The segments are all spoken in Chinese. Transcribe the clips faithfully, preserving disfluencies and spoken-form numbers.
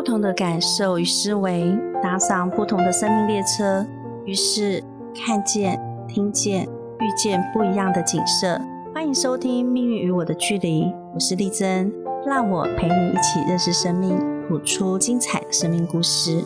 不同的感受与思维，搭上不同的生命列车，于是看见、听见、遇见不一样的景色。欢迎收听《命运与我的距离》，我是丽珍，让我陪你一起认识生命，谱出精彩的生命故事。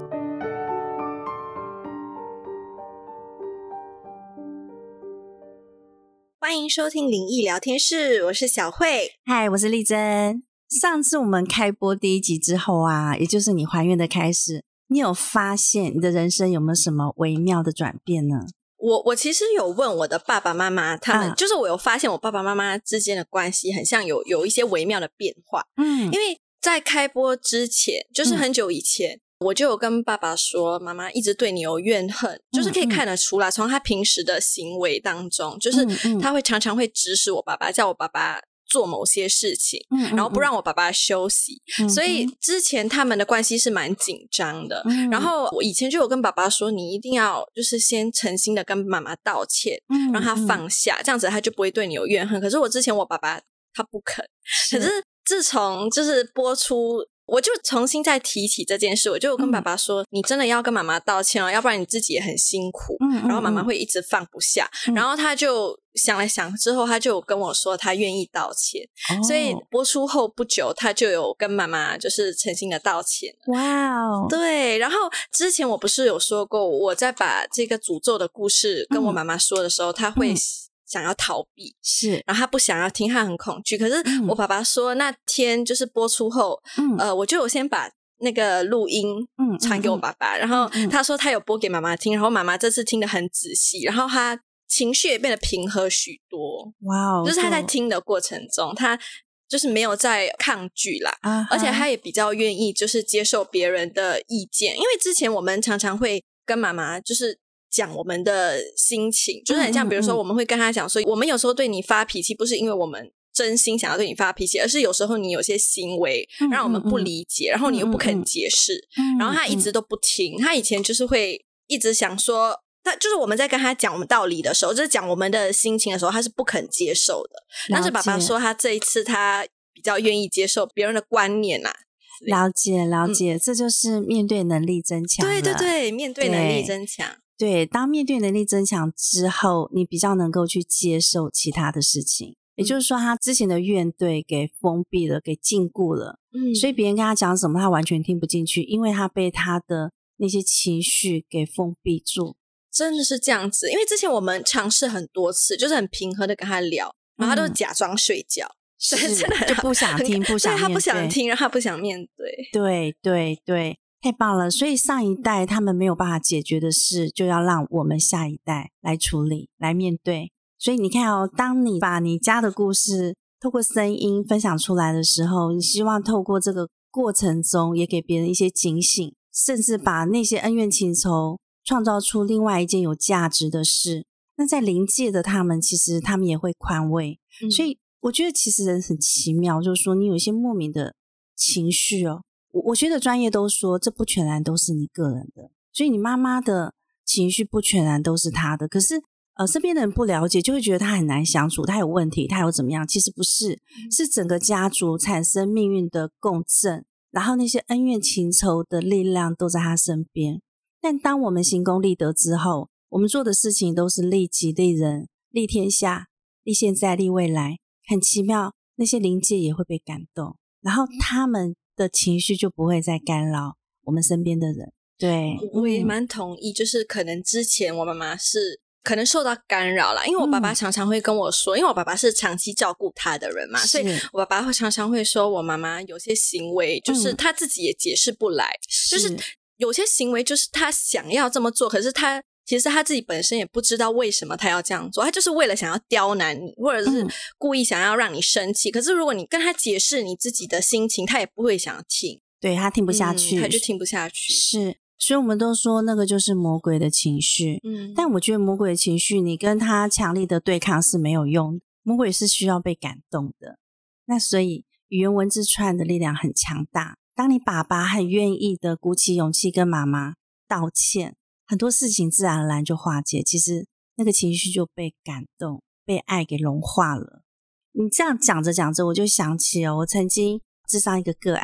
欢迎收听灵异聊天室，我是小慧。 嗨，我是丽珍。上次我们开播第一集之后啊，也就是你还愿的开始，你有发现你的人生有没有什么微妙的转变呢？ 我我其实有问我的爸爸妈妈，他们、啊、就是我有发现我爸爸妈妈之间的关系很像有有一些微妙的变化。嗯，因为在开播之前，就是很久以前、嗯、我就有跟爸爸说，妈妈一直对你有怨恨、嗯、就是可以看得出来，从他平时的行为当中，就是他会常常会指使我爸爸，叫我爸爸做某些事情、嗯、然后不让我爸爸休息、嗯、所以之前他们的关系是蛮紧张的、嗯、然后我以前就有跟爸爸说，你一定要就是先诚心的跟妈妈道歉、嗯、让他放下、嗯、这样子他就不会对你有怨恨。可是我之前我爸爸他不肯，可是自从就是播出，我就重新再提起这件事，我就有跟爸爸说、嗯、你真的要跟妈妈道歉哦，要不然你自己也很辛苦、嗯、然后妈妈会一直放不下、嗯、然后他就想了想之后，他就有跟我说他愿意道歉、哦、所以播出后不久他就有跟妈妈就是诚心的道歉。 哇哦， 对，然后之前我不是有说过，我在把这个诅咒的故事跟我妈妈说的时候、嗯、他会想要逃避， 是， 然后他不想要听，他很恐惧。可是我爸爸说、嗯、那天就是播出后、嗯、呃，我就有先把那个录音传给我爸爸、嗯嗯嗯、然后他说他有播给妈妈听，然后妈妈这次听得很仔细，然后他情绪也变得平和许多。 哇哦， 就是他在听的过程中他就是没有在抗拒啦、uh-huh. 而且他也比较愿意就是接受别人的意见。因为之前我们常常会跟妈妈就是讲我们的心情，就是很像比如说我们会跟他讲说、嗯嗯嗯、我们有时候对你发脾气不是因为我们真心想要对你发脾气，而是有时候你有些行为让我们不理解、嗯嗯嗯、然后你又不肯解释、嗯嗯、然后他一直都不听。他以前就是会一直想说，他就是我们在跟他讲我们道理的时候，就是讲我们的心情的时候，他是不肯接受的。但是爸爸说他这一次他比较愿意接受别人的观念啊。 了解了解、嗯、这就是面对能力增强了。 对对对，面对能力增强。 对，当面对能力增强之后，你比较能够去接受其他的事情、嗯、也就是说他之前的怨怼给封闭了，给禁锢了、嗯、所以别人跟他讲什么他完全听不进去，因为他被他的那些情绪给封闭住。 真的是这样子，因为之前我们尝试很多次，就是很平和的跟他聊，然后他都假装睡觉、嗯、 是真的就不想听不想面对， 他不想听，然后他不想面对。 对对对，太棒了。所以上一代他们没有办法解决的事，就要让我们下一代来处理来面对。所以你看哦，当你把你家的故事透过声音分享出来的时候，你希望透过这个过程中也给别人一些警醒，甚至把那些恩怨情仇创造出另外一件有价值的事。那在灵界的他们其实他们也会宽慰、嗯、所以我觉得其实人很奇妙，就是说你有一些莫名的情绪哦，我我觉得专业都说这不全然都是你个人的，所以你妈妈的情绪不全然都是她的，可是呃，身边的人不了解就会觉得她很难相处，她有问题，她有怎么样，其实不是、嗯、是整个家族产生命运的共振，然后那些恩怨情仇的力量都在她身边。但当我们行功立德之后，我们做的事情都是利己利人利天下利现在利未来，很奇妙，那些灵界也会被感动，然后他们的情绪就不会再干扰我们身边的人。对， 我也蛮同意、嗯、就是可能之前我妈妈是可能受到干扰啦，因为我爸爸常常会跟我说、嗯、因为我爸爸是长期照顾他的人嘛，所以我爸爸会常常会说我妈妈有些行为就是他自己也解释不来、嗯、就是有些行为就是他想要这么做，可是他其实他自己本身也不知道为什么他要这样做，他就是为了想要刁难你，或者是故意想要让你生气、嗯、可是如果你跟他解释你自己的心情，他也不会想要听， 对，他听不下去、 嗯、他就听不下去。 是，所以我们都说那个就是魔鬼的情绪，嗯，但我觉得魔鬼的情绪你跟他强力的对抗是没有用的，魔鬼是需要被感动的。那所以语言文字串的力量很强大，当你爸爸很愿意的鼓起勇气跟妈妈道歉，很多事情自然而然就化解，其实那个情绪就被感动被爱给融化了。你这样讲着讲着我就想起哦，我曾经諮商一个个案，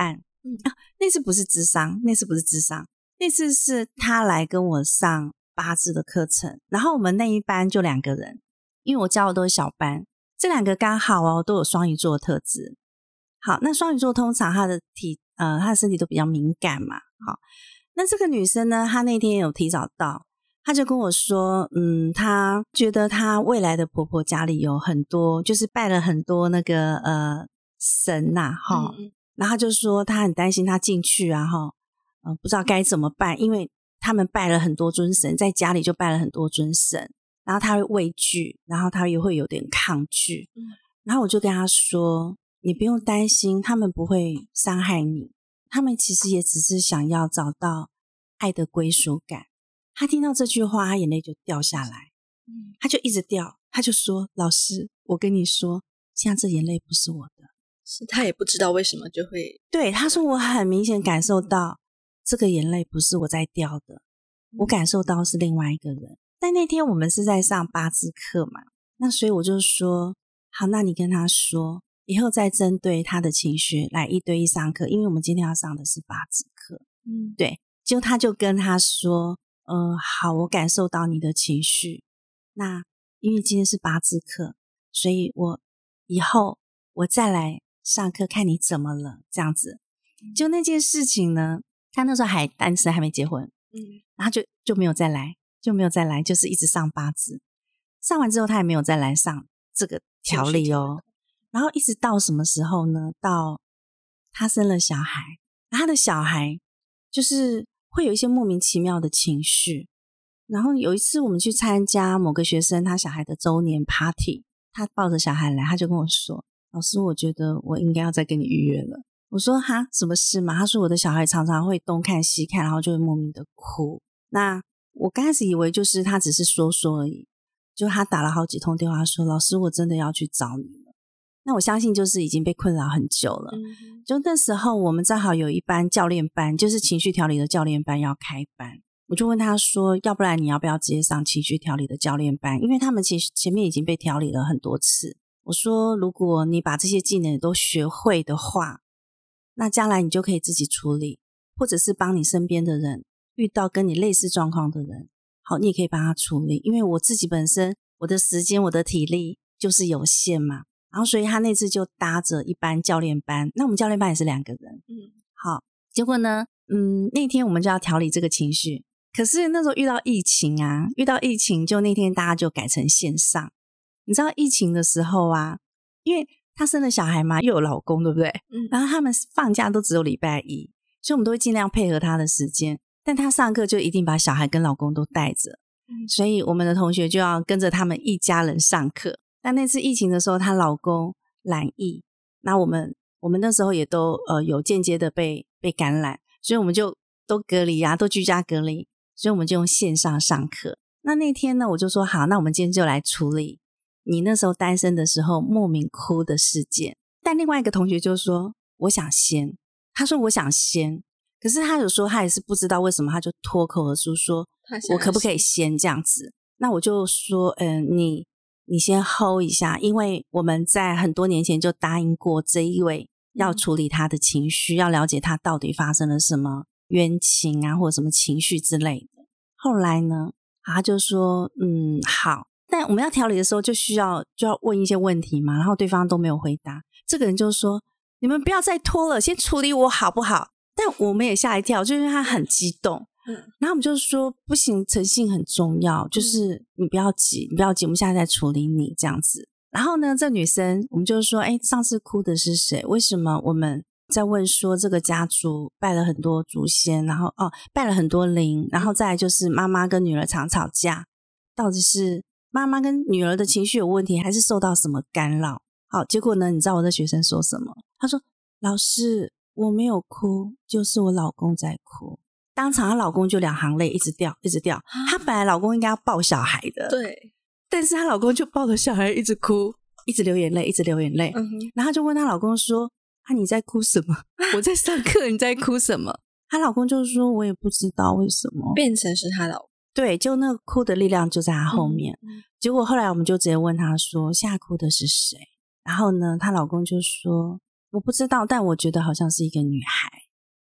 嗯啊，那次不是諮商，那次不是諮商，那次是他来跟我上八字的课程，然后我们那一班就两个人，因为我教的都是小班，这两个刚好哦都有双鱼座的特质。好，那双鱼座通常他的体呃他的身体都比较敏感嘛，好，那这个女生呢，她那天有提早到，她就跟我说，嗯，她觉得她未来的婆婆家里有很多，就是拜了很多那个呃神呐、啊，哈、嗯，然后她就说她很担心她进去啊，哈，呃，不知道该怎么办，因为他们拜了很多尊神，在家里就拜了很多尊神，然后她会畏惧，然后她也会有点抗拒，嗯，然后我就跟她说，你不用担心，他们不会伤害你。他们其实也只是想要找到爱的归属感。他听到这句话，他眼泪就掉下来，嗯，他就一直掉，他就说：“老师，我跟你说，现在这眼泪不是我的。” 是他也不知道为什么就会对他说：“我很明显感受到这个眼泪不是我在掉的，我感受到是另外一个人。”但那天我们是在上八字课嘛，那所以我就说：“好，那你跟他说。”以后再针对他的情绪来一对一上课，因为我们今天要上的是八字课，嗯，对，就他就跟他说，呃，好，我感受到你的情绪，那因为今天是八字课，所以我以后我再来上课看你怎么了，这样子。就那件事情呢，他那时候还单身，还没结婚，嗯，然后就就没有再来，就没有再来，就是一直上八字，上完之后他也没有再来上这个调理哦。然后一直到什么时候呢？到他生了小孩，他的小孩就是会有一些莫名其妙的情绪。然后有一次我们去参加某个学生他小孩的周年 party， 他抱着小孩来，他就跟我说：“老师，我觉得我应该要再跟你预约了。”我说：“哈，什么事嘛？”他说：“我的小孩常常会东看西看，然后就会莫名的哭。”那我刚开始以为就是他只是说说而已，就他打了好几通电话说：“老师，我真的要去找你。”那我相信就是已经被困扰很久了，嗯，就那时候我们正好有一班教练班，就是情绪调理的教练班要开班，我就问他说，要不然你要不要直接上情绪调理的教练班，因为他们其实前面已经被调理了很多次。我说如果你把这些技能都学会的话，那将来你就可以自己处理，或者是帮你身边的人遇到跟你类似状况的人，好，你也可以帮他处理，因为我自己本身我的时间我的体力就是有限嘛，然后所以他那次就搭着一班教练班，那我们教练班也是两个人，嗯，好，结果呢，嗯，那天我们就要调理这个情绪，可是那时候遇到疫情啊，遇到疫情就那天大家就改成线上。你知道疫情的时候啊，因为她生了小孩嘛，又有老公，对不对？嗯，然后他们放假都只有礼拜一，所以我们都会尽量配合她的时间，但她上课就一定把小孩跟老公都带着，嗯，所以我们的同学就要跟着他们一家人上课。但那次疫情的时候，她老公染疫，那我们我们那时候也都呃有间接的被被感染，所以我们就都隔离啊，都居家隔离，所以我们就用线上上课。那那天呢，我就说好，那我们今天就来处理你那时候单身的时候莫名哭的事件。但另外一个同学就说我想先，他说我想先，可是他有说他也是不知道为什么，他就脱口而出说我可不可以先这样子。那我就说嗯、呃，你你先 hold 一下，因为我们在很多年前就答应过这一位要处理他的情绪，嗯，要了解他到底发生了什么冤情啊或者什么情绪之类的。后来呢他就说嗯好，但我们要调理的时候就需要就要问一些问题嘛，然后对方都没有回答，这个人就说你们不要再拖了，先处理我好不好？但我们也吓一跳，就因为他很激动，嗯，然后我们就说不行，诚信很重要，就是你不要急，你不要急，我们现在在处理你这样子。然后呢，这女生我们就说，哎，上次哭的是谁？为什么我们在问说这个家族拜了很多祖先，然后哦拜了很多灵，然后再来就是妈妈跟女儿常吵架，到底是妈妈跟女儿的情绪有问题，还是受到什么干扰？好，结果呢，你知道我的学生说什么？他说，老师，我没有哭，就是我老公在哭。当场她老公就两行泪一直掉一直掉，她本来老公应该要抱小孩的， 对， 但是她老公就抱着小孩一直哭，一直流眼泪一直流眼泪，嗯，然后她就问她老公说啊你在哭什么？我在上课你在哭什么？她老公就说我也不知道为什么， 变成是她老公， 对，就那个哭的力量就在她后面，嗯嗯，结果后来我们就直接问她说现在哭的是谁？然后呢她老公就说我不知道，但我觉得好像是一个女孩。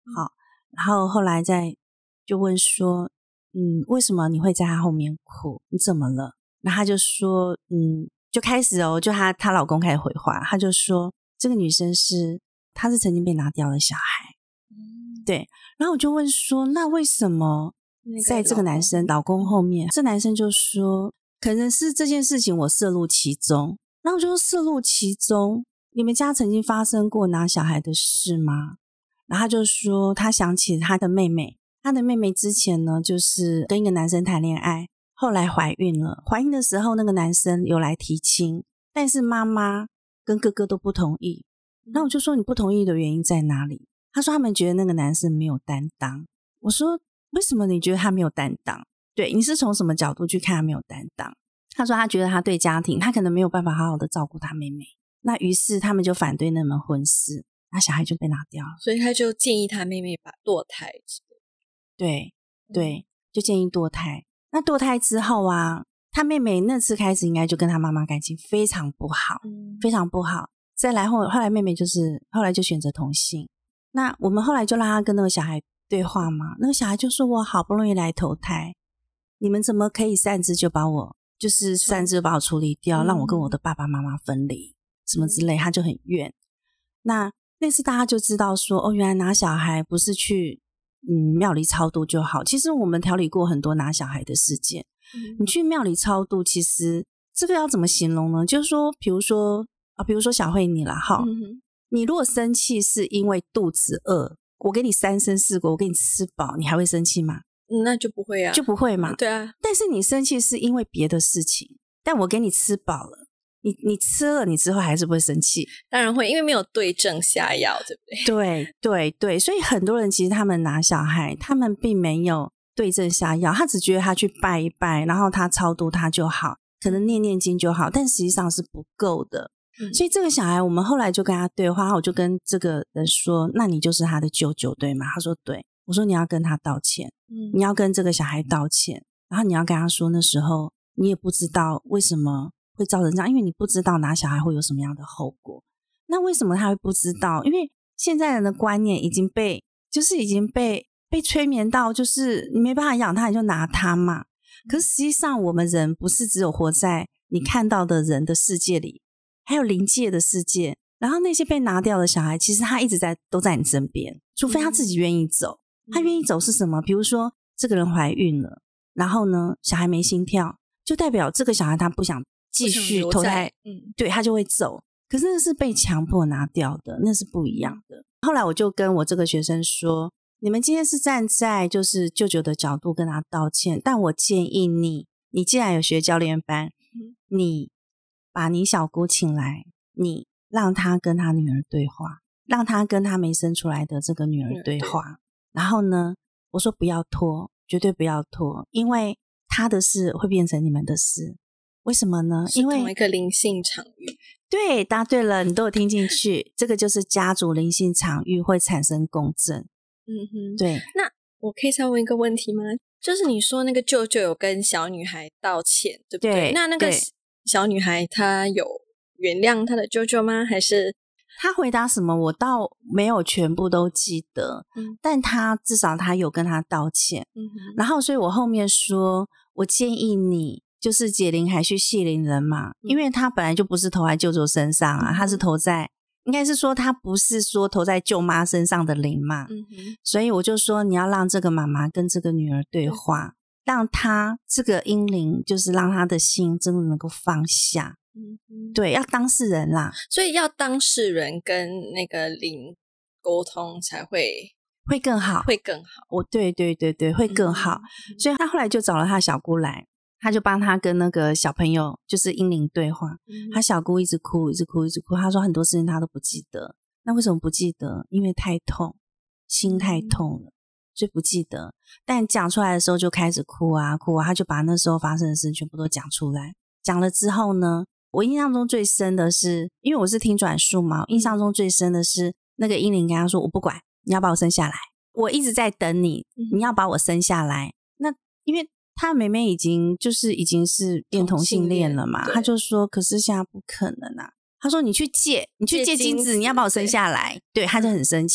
好，然后后来再就问说嗯，为什么你会在他后面哭？你怎么了？然后他就说嗯，就开始哦，就她她老公开始回话，他就说这个女生是她是曾经被拿掉的小孩。嗯，对。然后我就问说那为什么在这个男生老公后面，这男生就说可能是这件事情我涉入其中。然后我就说涉入其中，你们家曾经发生过拿小孩的事吗？然后他就说他想起他的妹妹，他的妹妹之前呢就是跟一个男生谈恋爱，后来怀孕了，怀孕的时候那个男生有来提亲，但是妈妈跟哥哥都不同意。然后我就说你不同意的原因在哪里？他说他们觉得那个男生没有担当。我说为什么你觉得他没有担当？对，你是从什么角度去看他没有担当？他说他觉得他对家庭他可能没有办法好好的照顾他妹妹，那于是他们就反对那门婚事，那小孩就被拿掉了。 所以他就建议他妹妹把堕胎。 对对，就建议堕胎。那堕胎之后啊，他妹妹那次开始应该就跟他妈妈感情非常不好、嗯、非常不好。再来后后来妹妹就是后来就选择同性。那我们后来就让他跟那个小孩对话嘛，那个小孩就说我好不容易来投胎，你们怎么可以擅自就把我就是擅自就把我处理掉、嗯、让我跟我的爸爸妈妈分离什么之类，他就很怨。那那次大家就知道说哦，原来拿小孩不是去嗯庙里超度就好。其实我们调理过很多拿小孩的事件、嗯、你去庙里超度，其实这个要怎么形容呢？就是说比如说啊，比如说小慧你啦哈、嗯，你如果生气是因为肚子饿，我给你三生四果，我给你吃饱，你还会生气吗？ 嗯、那就不会啊， 就不会嘛。 对啊。但是你生气是因为别的事情，但我给你吃饱了，你你吃了，你之后还是不会生气？ 当然会，因为没有对症下药，对不对？ 对对对，所以很多人其实他们拿小孩，他们并没有对症下药，他只觉得他去拜一拜，然后他超度他就好，可能念念经就好，但实际上是不够的。嗯、所以这个小孩我们后来就跟他对话，我就跟这个人说那你就是他的舅舅对吗？他说对。我说你要跟他道歉、嗯、你要跟这个小孩道歉，然后你要跟他说那时候你也不知道为什么会造成这样，因为你不知道拿小孩会有什么样的后果。那为什么他会不知道？因为现在人的观念已经被就是已经被被催眠到，就是你没办法养他你就拿他嘛。可是实际上我们人不是只有活在你看到的人的世界里，还有灵界的世界。然后那些被拿掉的小孩其实他一直在都在你身边，除非他自己愿意走、嗯、他愿意走是什么？比如说这个人怀孕了，然后呢小孩没心跳，就代表这个小孩他不想继续投胎，嗯，对，他就会走。可是那是被强迫拿掉的，那是不一样的。后来我就跟我这个学生说，你们今天是站在就是舅舅的角度跟他道歉，但我建议你你既然有学教练班、嗯、你把你小姑请来，你让他跟他女儿对话，让他跟他没生出来的这个女儿对话、嗯、然后呢我说不要拖，绝对不要拖，因为他的事会变成你们的事。为什么呢？因为同一个灵性场域。 对，答对了，你都有听进去。这个就是家族灵性场域会产生共振。 嗯哼， 对。 那我可以再问一个问题吗？就是你说那个舅舅有跟小女孩道歉，对不对？ 对， 那那个小女孩她有原谅她的舅舅吗？还是她回答什么我倒没有全部都记得、嗯、但她至少她有跟她道歉、嗯、然后所以我后面说我建议你就是解铃还须系铃人嘛、嗯、因为她本来就不是投在舅舅身上啊，她、嗯、是投在应该是说她不是说投在舅妈身上的灵嘛、嗯、所以我就说你要让这个妈妈跟这个女儿对话、嗯、让她这个阴灵就是让她的心真的能够放下。嗯，对，要当事人啦， 所以要当事人跟那个灵沟通才会会更好， 会更好。 我对对对对，会更好、嗯、所以他后来就找了他小姑来，他就帮他跟那个小朋友就是阴灵对话、嗯、他小姑一直哭一直哭一直哭，他说很多事情他都不记得。那为什么不记得？因为太痛，心太痛了、嗯、所以不记得。但讲出来的时候就开始哭啊哭啊，他就把那时候发生的事全部都讲出来。讲了之后呢，我印象中最深的是，因为我是听转述嘛，印象中最深的是那个阴灵跟他说我不管，你要把我生下来，我一直在等你，你要把我生下来。那因为他妹妹已经就是已经是变同性恋了嘛，他就说可是现在不可能啊，他说你去借你去借精子，你要把我生下来。 对, 对他就很生气，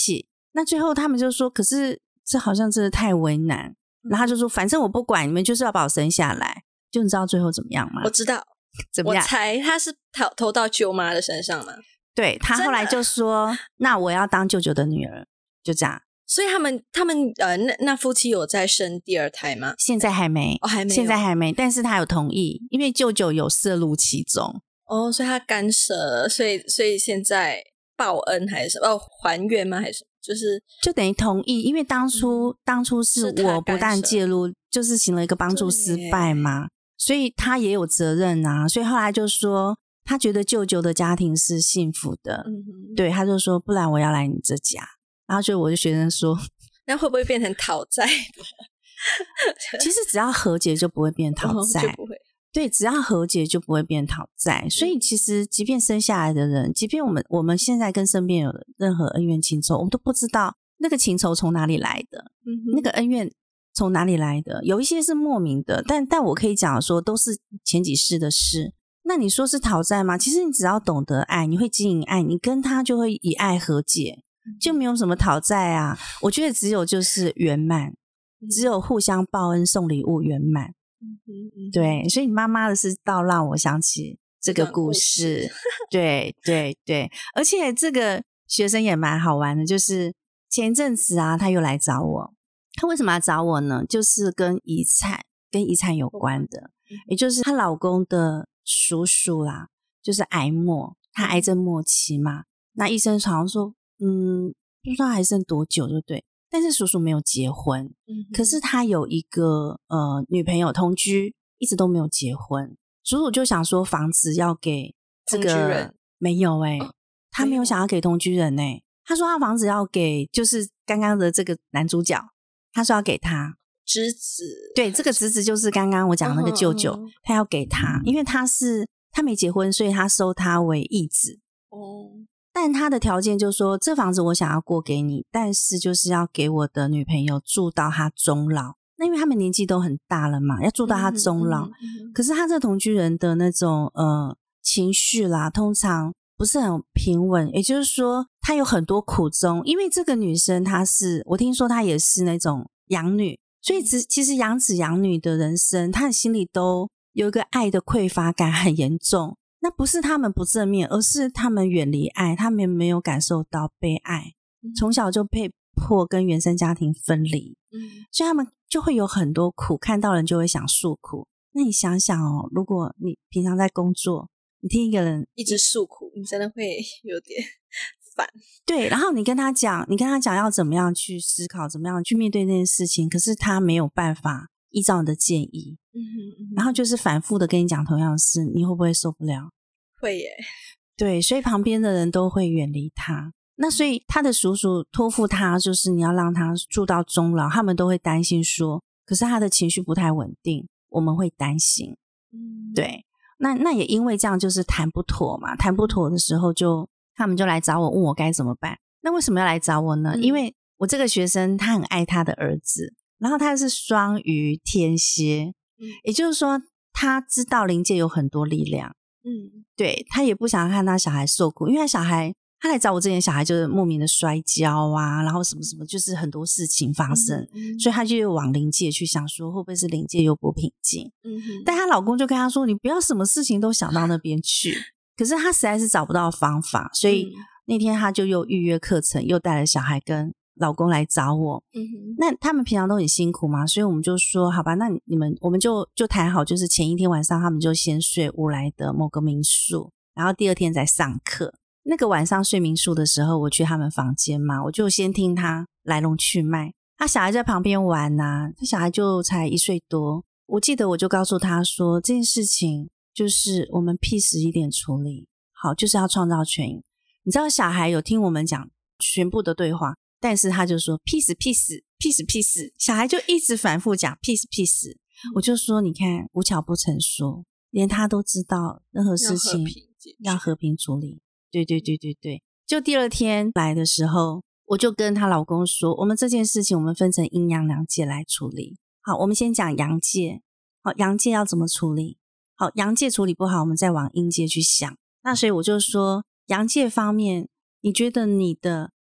那最后他们就说可是这好像真的太为难，然后他就说反正我不管，你们就是要把我生下来。就你知道最后怎么样吗？ 我知道怎么样？ 我猜他是投投到舅妈的身上吗？ 对，他后来就说那我要当舅舅的女儿，就这样。 所以他们他们呃那那夫妻有在生第二胎吗？ 现在还没哦，还没有， 现在还没，但是他有同意，因为舅舅有涉入其中。 哦，所以他干涉了，所以所以现在报恩还是什么？哦，还愿吗？还是什么？就是就等于同意，因为当初、嗯、当初是我不但介入，就是行了一个帮助失败嘛，所以他也有责任啊。所以后来就说他觉得舅舅的家庭是幸福的，嗯、对，他就说不然我要来你这家。然后就我就学生说， 那会不会变成讨债？ 其实只要和解就不会变讨债、 哦，就不会。 对，只要和解就不会变讨债。所以其实即便生下来的人，即便我们我们现在跟身边有任何恩怨情仇，我们都不知道那个情仇从哪里来的、嗯、那个恩怨从哪里来的。有一些是莫名的，但但我可以讲说都是前几世的事。那你说是讨债吗？其实你只要懂得爱，你会经营爱，你跟他就会以爱和解，就没有什么讨债啊。我觉得只有就是圆满，只有互相报恩送礼物圆满。嗯嗯、对，所以你妈妈的是倒让我想起这个故事，故事对对对，而且这个学生也蛮好玩的，就是前阵子啊，他又来找我。他为什么要找我呢？就是跟遗产跟遗产有关的，也就是她老公的叔叔啦，就是癌末，他癌症末期嘛，那医生好像说嗯，不知道还剩多久，对不对？但是叔叔没有结婚、嗯、可是他有一个呃女朋友同居，一直都没有结婚。叔叔就想说房子要给这个同居人， 没有欸、哦、他没有想要给同居人欸，他说他房子要给就是刚刚的这个男主角，他说要给他侄子， 对，这个侄子就是刚刚我讲的那个舅舅、嗯、他要给他，因为他是他没结婚，所以他收他为义子哦。但他的条件就是说，这房子我想要过给你，但是就是要给我的女朋友住到她终老。那因为他们年纪都很大了嘛，要住到她终老、嗯嗯嗯、可是他这同居人的那种呃情绪啦，通常不是很平稳，也就是说他有很多苦衷。因为这个女生她是我听说她也是那种养女，所以其实养子养女的人生，她的心里都有一个爱的匮乏感很严重。那不是他们不正面，而是他们远离爱，他们没有感受到被爱、嗯、从小就被迫跟原生家庭分离、嗯、所以他们就会有很多苦，看到人就会想诉苦。那你想想哦，如果你平常在工作，你听一个人一直诉苦，你真的会有点烦。 对，然后你跟他讲你跟他讲要怎么样去思考，怎么样去面对那件事情，可是他没有办法依照你的建议、嗯哼嗯哼，然后就是反复的跟你讲同样的事，你会不会受不了？ 会耶。 对，所以旁边的人都会远离他。那所以他的叔叔托付他，就是你要让他住到终老，他们都会担心说，可是他的情绪不太稳定，我们会担心。嗯，对，那那也因为这样就是谈不妥嘛，谈不妥的时候就他们就来找我，问我该怎么办。那为什么要来找我呢？嗯、因为我这个学生他很爱他的儿子，然后他是双鱼天蝎、嗯、也就是说他知道灵界有很多力量，嗯，对，他也不想看他小孩受苦，因为他小孩他来找我之前小孩就是莫名的摔跤啊，然后什么什么就是很多事情发生、嗯嗯、所以他就往灵界去想说会不会是灵界又不平静、嗯、但她老公就跟他说你不要什么事情都想到那边去可是他实在是找不到方法，所以那天他就又预约课程，又带了小孩跟老公来找我、嗯、那他们平常都很辛苦嘛，所以我们就说好吧，那你们我们就就谈好，就是前一天晚上他们就先睡乌来的某个民宿，然后第二天再上课。那个晚上睡民宿的时候，我去他们房间嘛，我就先听他来龙去脉。他小孩在旁边玩啊，他小孩就才一岁多，我记得我就告诉他说这件事情就是我们 peace 一点处理好，就是要创造权益。你知道小孩有听我们讲全部的对话，但是他就说 peace peace peace peace， 小孩就一直反复讲 peace peace、嗯、我就说你看无巧不成书，连他都知道任何事情要和平处理。对对对对对，就第二天来的时候，我就跟她老公说我们这件事情我们分成阴阳两界来处理。好，我们先讲阳界。好，阳界要怎么处理？好，阳界处理不好，我们再往阴界去想。那所以我就说阳界方面，你觉得你的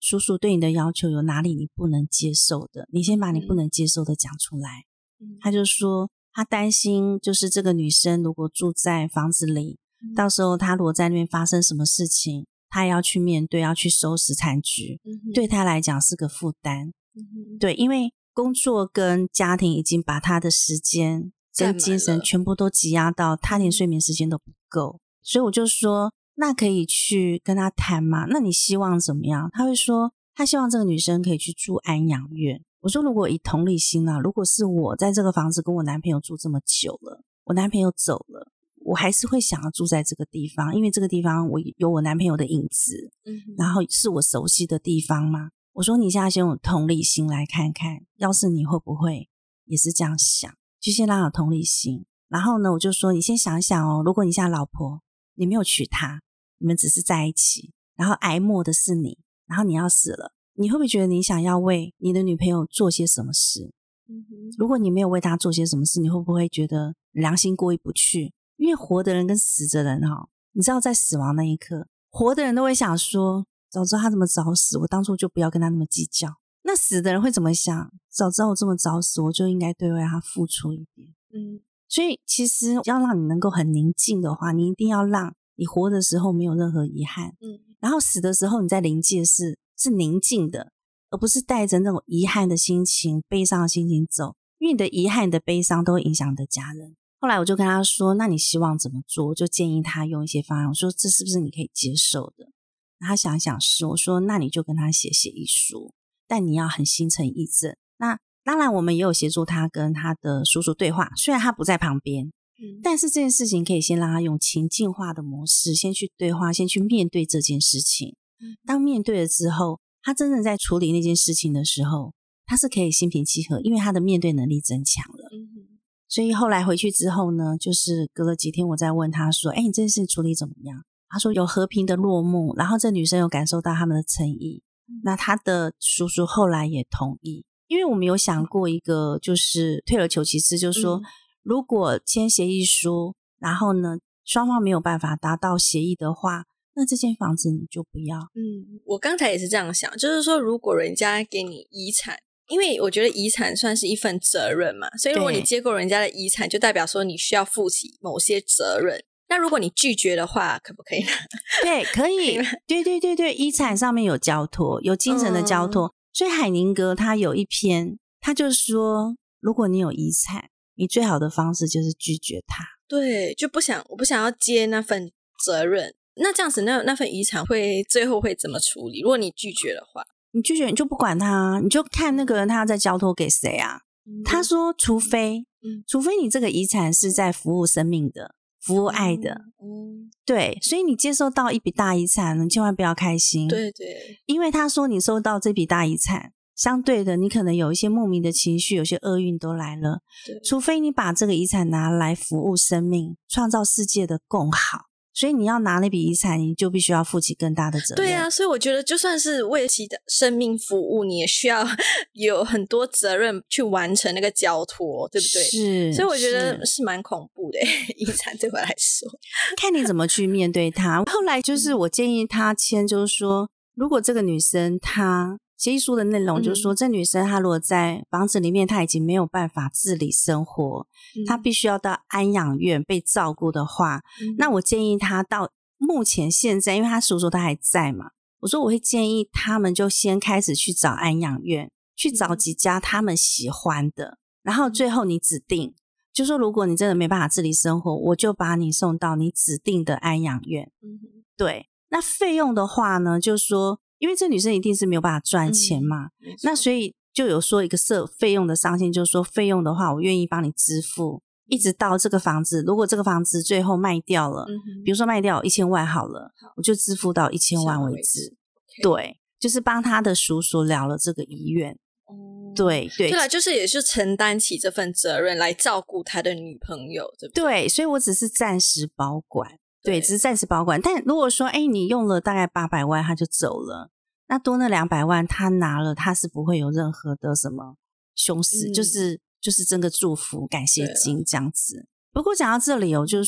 叔叔对你的要求有哪里你不能接受的，你先把你不能接受的讲出来。嗯、他就说他担心就是这个女生如果住在房子里、嗯、到时候他如果在那边发生什么事情，他要去面对，要去收拾残局、嗯、对他来讲是个负担、嗯、对，因为工作跟家庭已经把他的时间跟精神全部都挤压到他连睡眠时间都不够，所以我就说那可以去跟他谈嘛，那你希望怎么样？他会说他希望这个女生可以去住安养院。我说如果以同理心啊，如果是我在这个房子跟我男朋友住这么久了，我男朋友走了，我还是会想要住在这个地方，因为这个地方我有我男朋友的影子、嗯、然后是我熟悉的地方嘛。我说你现在先用同理心来看看，要是你会不会也是这样想，就先让有同理心。然后呢我就说你先想想哦，如果你现在老婆你没有娶她，你们只是在一起，然后挨默的是你，然后你要死了，你会不会觉得你想要为你的女朋友做些什么事、嗯、如果你没有为她做些什么事，你会不会觉得良心过意不去？因为活的人跟死的人、哦、你知道在死亡那一刻，活的人都会想说早知道他这么早死，我当初就不要跟他那么计较。那死的人会怎么想？早知道我这么早死，我就应该对为他付出一点。嗯，所以其实要让你能够很宁静的话，你一定要让你活的时候没有任何遗憾，嗯，然后死的时候你在临界是是宁静的，而不是带着那种遗憾的心情、悲伤的心情走，因为你的遗憾、你的悲伤都会影响你的家人。后来我就跟他说那你希望怎么做？我就建议他用一些方案，我说这是不是你可以接受的？他想一想是，我说那你就跟他写协议书，但你要很心诚意正。那当然我们也有协助他跟他的叔叔对话，虽然他不在旁边、嗯、但是这件事情可以先让他用情境化的模式先去对话，先去面对这件事情、嗯、当面对了之后，他真正在处理那件事情的时候，他是可以心平气和，因为他的面对能力增强了、嗯、所以后来回去之后呢，就是隔了几天我再问他说哎，你这件事处理怎么样？他说有和平的落幕，然后这女生有感受到他们的诚意、嗯、那他的叔叔后来也同意。因为我们有想过一个就是退而求其次，就是说、嗯、如果签协议书然后呢双方没有办法达到协议的话，那这间房子你就不要。 嗯，我刚才也是这样想，就是说如果人家给你遗产，因为我觉得遗产算是一份责任嘛，所以如果你接过人家的遗产，就代表说你需要负起某些责任。那如果你拒绝的话，可不可以呢？ 对，可以。对对对对，遗产上面有交托，有精神的交托、嗯、所以海宁格他有一篇，他就说如果你有遗产，你最好的方式就是拒绝他。 对，就不想我不想要接那份责任。那这样子那那份遗产会最后会怎么处理？如果你拒绝的话， 你拒绝你就不管他，你就看那个人他要再交托给谁啊、嗯、他说除非、嗯、除非你这个遗产是在服务生命的，服务爱的、嗯、对，所以你接受到一笔大遗产你千万不要开心。 对对， 因为他说你收到这笔大遗产，相对的你可能有一些莫名的情绪，有些厄运都来了。除非你把这个遗产拿来服务生命，创造世界的更好，所以你要拿那笔遗产，你就必须要负起更大的责任。 对啊，所以我觉得就算是为其的生命服务，你也需要有很多责任去完成那个交托，对不对？ 是， 所以我觉得是蛮恐怖的遗产对我来说。 看你怎么去面对它。后来就是我建议他签，就是说如果这个女生她协议书的内容就是说、嗯、这女生她如果在房子里面她已经没有办法自理生活、嗯、她必须要到安养院被照顾的话、嗯、那我建议她到目前现在，因为她叔叔她还在嘛，我说我会建议他们就先开始去找安养院，去找几家他们喜欢的，然后最后你指定就说如果你真的没办法自理生活，我就把你送到你指定的安养院、嗯、对。那费用的话呢，就是说因为这女生一定是没有办法赚钱嘛、嗯、那所以就有说一个设费用的上限，就是说费用的话我愿意帮你支付一直到这个房子，如果这个房子最后卖掉了、嗯、比如说卖掉一千万好了，好我就支付到一千万为止。对，就是帮他的叔叔了了这个遗愿、嗯、对对对啦，就是也是承担起这份责任来照顾他的女朋友，对不对？ 对，所以我只是暂时保管，对，只是暂时保管。但如果说哎，你用了大概八百万他就走了，那多那两百万他拿了，他是不会有任何的什么凶事、嗯、就是就是真的祝福感谢金这样子。不过讲到这里哦，就是说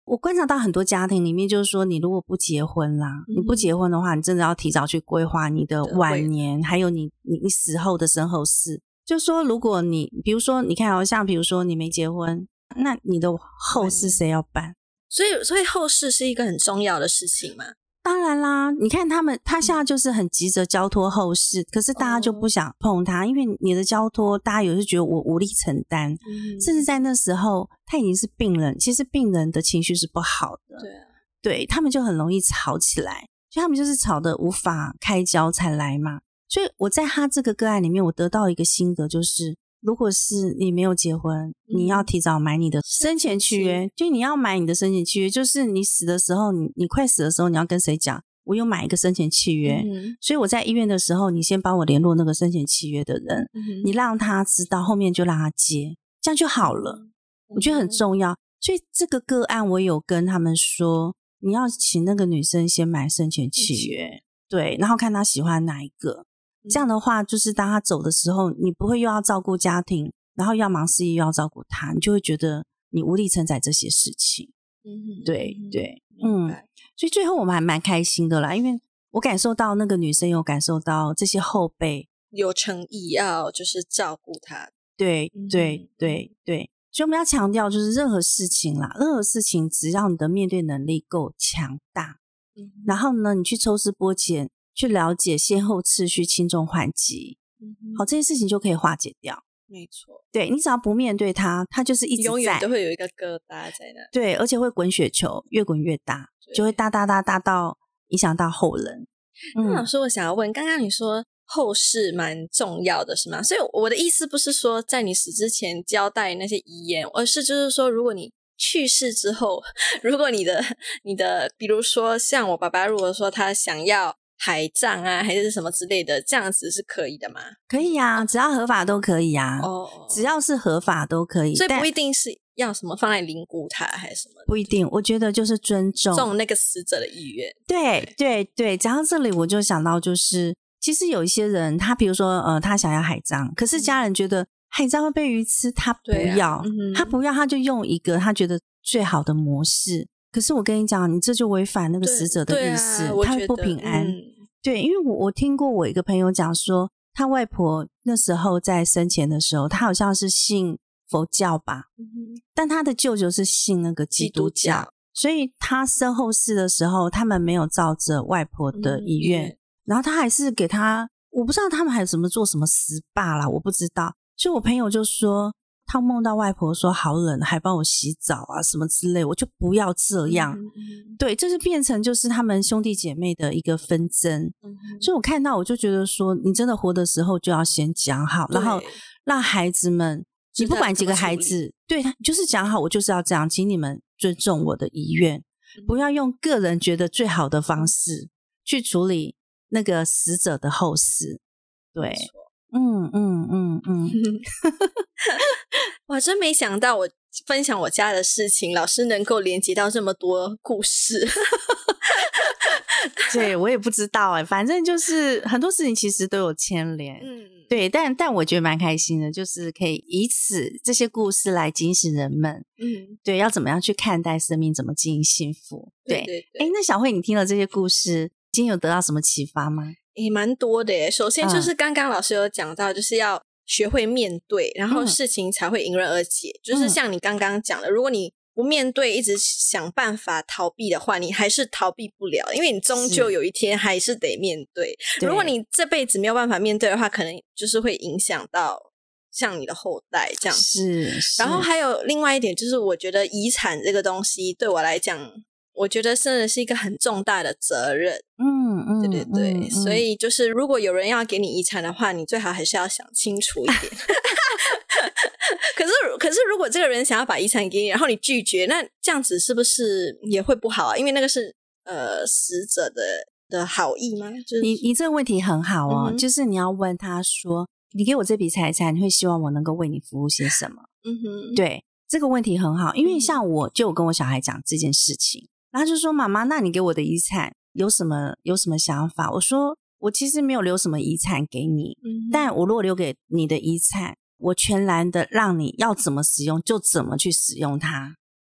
我观察到很多家庭里面就是说，你如果不结婚啦、嗯、你不结婚的话，你真的要提早去规划你的晚年，还有你你你死后的身后事。就是说如果你比如说你看哦，像比如说你没结婚，那你的后事谁要办？ 所以所以后事是一个很重要的事情嘛。 当然啦，你看他们他现在就是很急着交托后事、嗯、可是大家就不想碰他、哦、因为你的交托大家有时觉得我无力承担、嗯、甚至在那时候他已经是病人，其实病人的情绪是不好的， 对啊， 对，他们就很容易吵起来，所以他们就是吵得无法开交才来嘛。所以我在他这个个案里面，我得到一个心得，就是如果是你没有结婚、嗯、你要提早买你的生前契约，就你要买你的生前契约，就是你死的时候，你你快死的时候，你要跟谁讲我有买一个生前契约、嗯、所以我在医院的时候，你先帮我联络那个生前契约的人、嗯、你让他知道，后面就让他接，这样就好了、嗯、我觉得很重要。所以这个个案我有跟他们说，你要请那个女生先买生前契约、嗯、对，然后看她喜欢哪一个，这样的话就是当他走的时候，你不会又要照顾家庭，然后又要忙事业又要照顾他，你就会觉得你无力承载这些事情。嗯，对对，嗯，所以最后我们还蛮开心的啦，因为我感受到那个女生有感受到这些后辈有诚意要就是照顾他。 对对对对，所以我们要强调就是任何事情啦，任何事情只要你的面对能力够强大、嗯、然后呢你去抽丝剥茧，去了解先后次序，轻重缓急、嗯、好，这些事情就可以化解掉。 没错， 对，你只要不面对它，它就是一直在永远都会有一个疙瘩在那。 对，而且会滚雪球，越滚越大，就会大大大大到影响到后人。 那老师我想要问，刚刚你说后事蛮重要的是吗？所以我的意思不是说在你死之前交代那些遗言，而是就是说如果你去世之后，如果你的你的比如说像我爸爸，如果说他想要海葬啊还是什么之类的，这样子是可以的吗？ 可以啊，只要合法都可以啊。哦，只要是合法都可以， 所以不一定是要什么放在灵骨塔还是什么， 不一定。我觉得就是尊重重那个死者的意愿。 对对对，讲到这里我就想到就是其实有一些人他比如说呃他想要海葬，可是家人觉得海葬会被鱼吃，他不要、啊嗯、他不要，他就用一个他觉得最好的模式。可是我跟你讲，你这就违反那个死者的意思、啊、他会不平安、嗯、对，因为我我听过我一个朋友讲说，他外婆那时候在生前的时候，他好像是信佛教吧、嗯、但他的舅舅是信那个基督教, 基督教所以他身后事的时候他们没有照着外婆的遗愿、嗯、然后他还是给他，我不知道他们还有什么做什么十八啦，我不知道。所以我朋友就说他梦到外婆说好冷，还帮我洗澡啊什么之类，我就不要这样、嗯嗯、对，这就变成就是他们兄弟姐妹的一个纷争、嗯、所以我看到我就觉得说你真的活的时候就要先讲好，然后让孩子们，你不管几个孩子，对，就是讲好我就是要这样，请你们尊重我的遗愿、嗯、不要用个人觉得最好的方式去处理那个死者的后事。对，嗯嗯嗯嗯， 哇，真没想到我分享我家的事情，老师能够连接到这么多故事。 对，我也不知道哎、欸，反正就是很多事情其实都有牵连，嗯，对，但但我觉得蛮开心的，就是可以以此这些故事来警醒人们，嗯，对，要怎么样去看待生命，怎么经营幸福。对对对，哎，那小慧，你听了这些故事，今天有得到什么启发吗？ 也蛮多的耶。首先就是刚刚老师有讲到，就是要学会面对，然后事情才会迎刃而解、嗯、就是像你刚刚讲的，如果你不面对，一直想办法逃避的话，你还是逃避不了，因为你终究有一天还是得面对。如果你这辈子没有办法面对的话，可能就是会影响到像你的后代这样子。 是, 是然后还有另外一点，就是我觉得遗产这个东西对我来讲，我觉得真的是一个很重大的责任。嗯嗯，对对对、嗯嗯、所以就是如果有人要给你遗产的话，你最好还是要想清楚一点。可是可是如果这个人想要把遗产给你，然后你拒绝，那这样子是不是也会不好啊？因为那个是呃死者的的好意吗？就是、 你你这个问题很好哦、嗯、就是你要问他说，你给我这笔财产，你会希望我能够为你服务些什么？嗯哼，对，这个问题很好，因为像我就有跟我小孩讲这件事情，然后就说妈妈，那你给我的遗产有什么有什么想法？我说我其实没有留什么遗产给你、嗯、但我如果留给你的遗产，我全然的让你要怎么使用就怎么去使用它。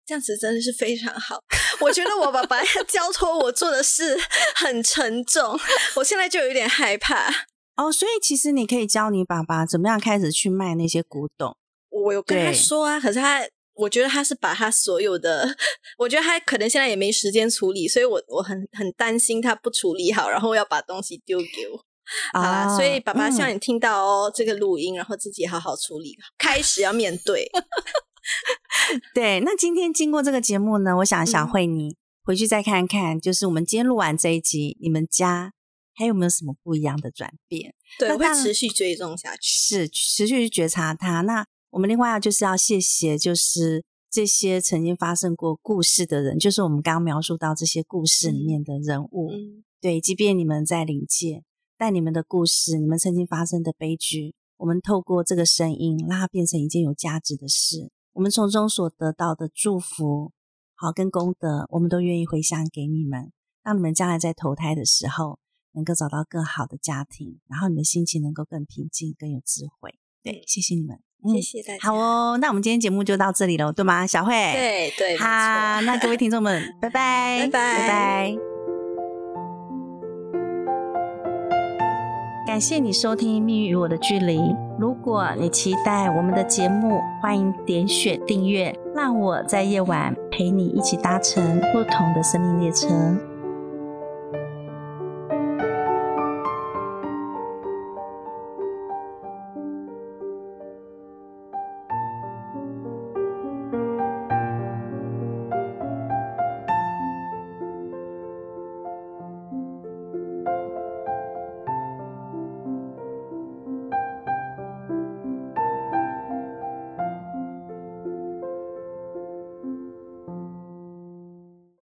这样子真的是非常好。我觉得我爸爸要交托我做的事很沉重，我现在就有点害怕。 哦，所以其实你可以教你爸爸怎么样开始去卖那些古董。 我有跟他说啊，可是他我觉得他是把他所有的，我觉得他可能现在也没时间处理，所以我我很很担心他不处理好，然后要把东西丢给我。好啦、哦、所以爸爸希望你听到哦、嗯、这个录音，然后自己好好处理，开始要面对。 对，那今天经过这个节目呢，我想小慧你回去再看看、嗯、就是我们今天录完这一集，你们家还有没有什么不一样的转变？ 对，我会持续追踪下去， 是持续觉察它。那我们另外就是要谢谢就是这些曾经发生过故事的人，就是我们刚刚描述到这些故事里面的人物、嗯、对，即便你们在灵界，但你们的故事，你们曾经发生的悲剧，我们透过这个声音让它变成一件有价值的事，我们从中所得到的祝福好跟功德，我们都愿意回向给你们，让你们将来在投胎的时候能够找到更好的家庭，然后你们心情能够更平静更有智慧。对，谢谢你们、 嗯、谢谢大家。 好哦，那我们今天节目就到这里了，对吗小慧？ 对对， 好，那各位听众们拜拜拜拜拜拜。感谢你收听命运与我的距离，如果你期待我们的节目，欢迎点选订阅，让我在夜晚陪你一起搭乘不同的生命列车。